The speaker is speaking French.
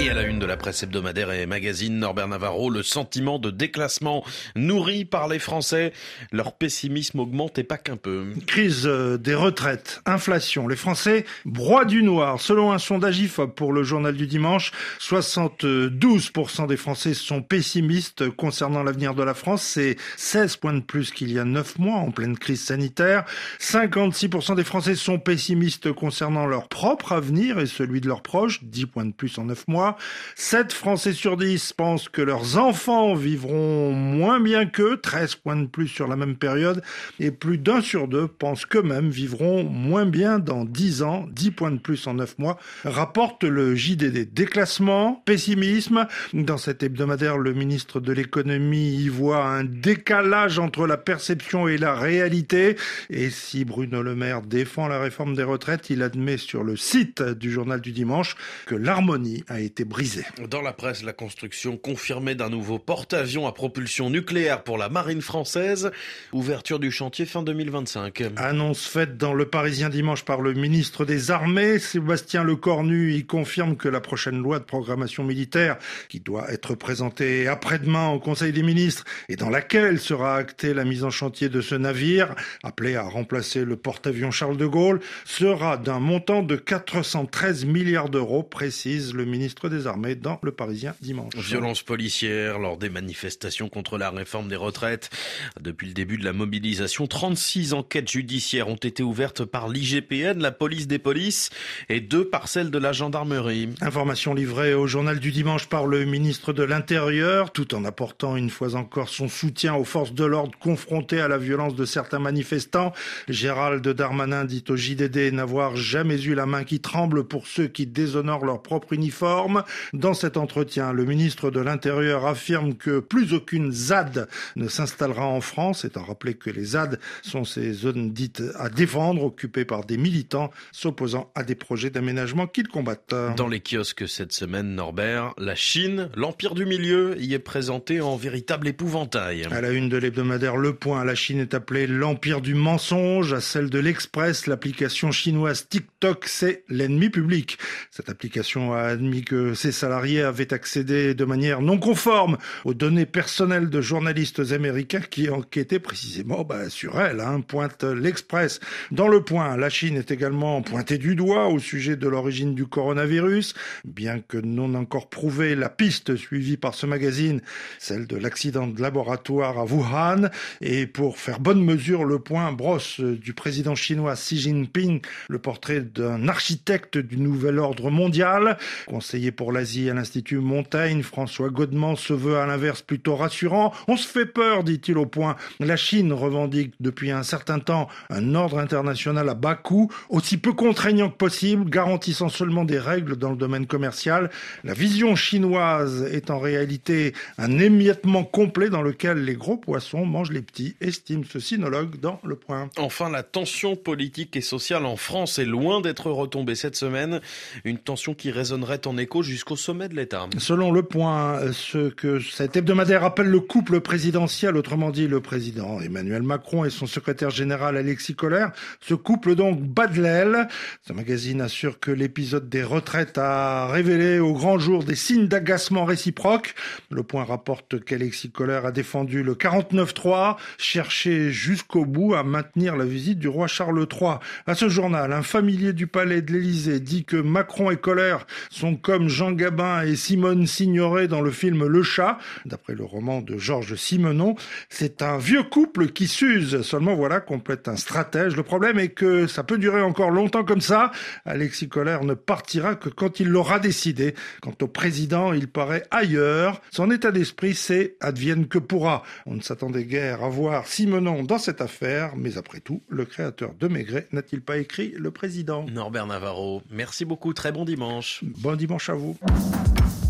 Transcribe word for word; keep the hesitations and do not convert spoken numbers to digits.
Et à la une de la presse hebdomadaire et magazine, Norbert Navarro, le sentiment de déclassement nourri par les Français. Leur pessimisme augmente et pas qu'un peu. Crise des retraites, inflation. Les Français broient du noir. Selon un sondage I F O P pour le journal du dimanche, soixante-douze pour cent des Français sont pessimistes concernant l'avenir de la France. C'est seize points de plus qu'il y a neuf mois en pleine crise sanitaire. cinquante-six pour cent des Français sont pessimistes concernant leur propre avenir et celui de leurs proches. dix points de plus en neuf mois. sept Français sur dix pensent que leurs enfants vivront moins bien qu'eux, treize points de plus sur la même période, et plus d'un sur deux pensent qu'eux-mêmes vivront moins bien dans dix ans, dix points de plus en neuf mois, rapporte le J D D. Déclassement, pessimisme. Dans cet hebdomadaire, le ministre de l'économie y voit un décalage entre la perception et la réalité. Et si Bruno Le Maire défend la réforme des retraites, il admet sur le site du journal du dimanche que l'harmonie a été brisée. Dans la presse, la construction confirmée d'un nouveau porte-avions à propulsion nucléaire pour la marine française. Ouverture du chantier fin deux mille vingt-cinq. Annonce faite dans Le Parisien dimanche par le ministre des Armées, Sébastien Lecornu. Il confirme que la prochaine loi de programmation militaire, qui doit être présentée après-demain au Conseil des ministres et dans laquelle sera actée la mise en chantier de ce navire, appelé à remplacer le porte-avions Charles de Gaulle, sera d'un montant de quatre cent treize milliards d'euros, précise le ministre des Armées dans Le Parisien dimanche. Violence policière lors des manifestations contre la réforme des retraites. Depuis le début de la mobilisation, trente-six enquêtes judiciaires ont été ouvertes par l'I G P N, la police des polices, et deux par celle de la gendarmerie. Information livrée au journal du dimanche par le ministre de l'Intérieur, tout en apportant une fois encore son soutien aux forces de l'ordre confrontées à la violence de certains manifestants. Gérald Darmanin dit au J D D n'avoir jamais eu la main qui tremble pour ceux qui déshonorent leur propre uniforme. Dans cet entretien, le ministre de l'Intérieur affirme que plus aucune Z A D ne s'installera en France, étant rappelé que les Z A D sont ces zones dites à défendre, occupées par des militants s'opposant à des projets d'aménagement qu'ils combattent. Dans les kiosques cette semaine, Norbert, la Chine, l'empire du milieu, y est présenté en véritable épouvantail. À la une de l'hebdomadaire Le Point, la Chine est appelée l'empire du mensonge. À celle de l'Express, l'application chinoise TikTok, c'est l'ennemi public. Cette application a admis que ses salariés avaient accédé de manière non conforme aux données personnelles de journalistes américains qui enquêtaient précisément bah, sur elle, hein, pointe l'Express. Dans Le Point, la Chine est également pointée du doigt au sujet de l'origine du coronavirus. Bien que non encore prouvée, la piste suivie par ce magazine, celle de l'accident de laboratoire à Wuhan. Et pour faire bonne mesure, Le Point brosse du président chinois Xi Jinping le portrait d'un architecte du nouvel ordre mondial. Conseiller pour l'Asie à l'Institut Montaigne, François Godement se veut à l'inverse plutôt rassurant. On se fait peur, dit-il au Point. La Chine revendique depuis un certain temps un ordre international à bas coût, aussi peu contraignant que possible, garantissant seulement des règles dans le domaine commercial. La vision chinoise est en réalité un émiettement complet dans lequel les gros poissons mangent les petits, estime ce sinologue dans Le Point. Enfin, la tension politique et sociale en France est loin d'être retombée cette semaine. Une tension qui résonnerait en écho jusqu'au sommet de l'État. Selon Le Point, ce que cet hebdomadaire appelle le couple présidentiel, autrement dit le président Emmanuel Macron et son secrétaire général Alexis Kohler, ce couple donc bat de l'aile. Ce magazine assure que l'épisode des retraites a révélé au grand jour des signes d'agacement réciproque. Le Point rapporte qu'Alexis Kohler a défendu le quarante-neuf trois, cherché jusqu'au bout à maintenir la visite du roi Charles trois. À ce journal, un familier du palais de l'Élysée dit que Macron et Kohler sont comme Jean Gabin et Simone Signoret dans le film Le Chat, d'après le roman de Georges Simenon. C'est un vieux couple qui s'use. Seulement voilà, complète un stratège. Le problème est que ça peut durer encore longtemps comme ça. Alexis Kohler ne partira que quand il l'aura décidé. Quant au président, il paraît ailleurs. Son état d'esprit, c'est advienne que pourra. On ne s'attendait guère à voir Simenon dans cette affaire, mais après tout, le créateur de Maigret n'a-t-il pas écrit le président ? Norbert Navarro, merci beaucoup, très bon dimanche. Bon dimanche à vous.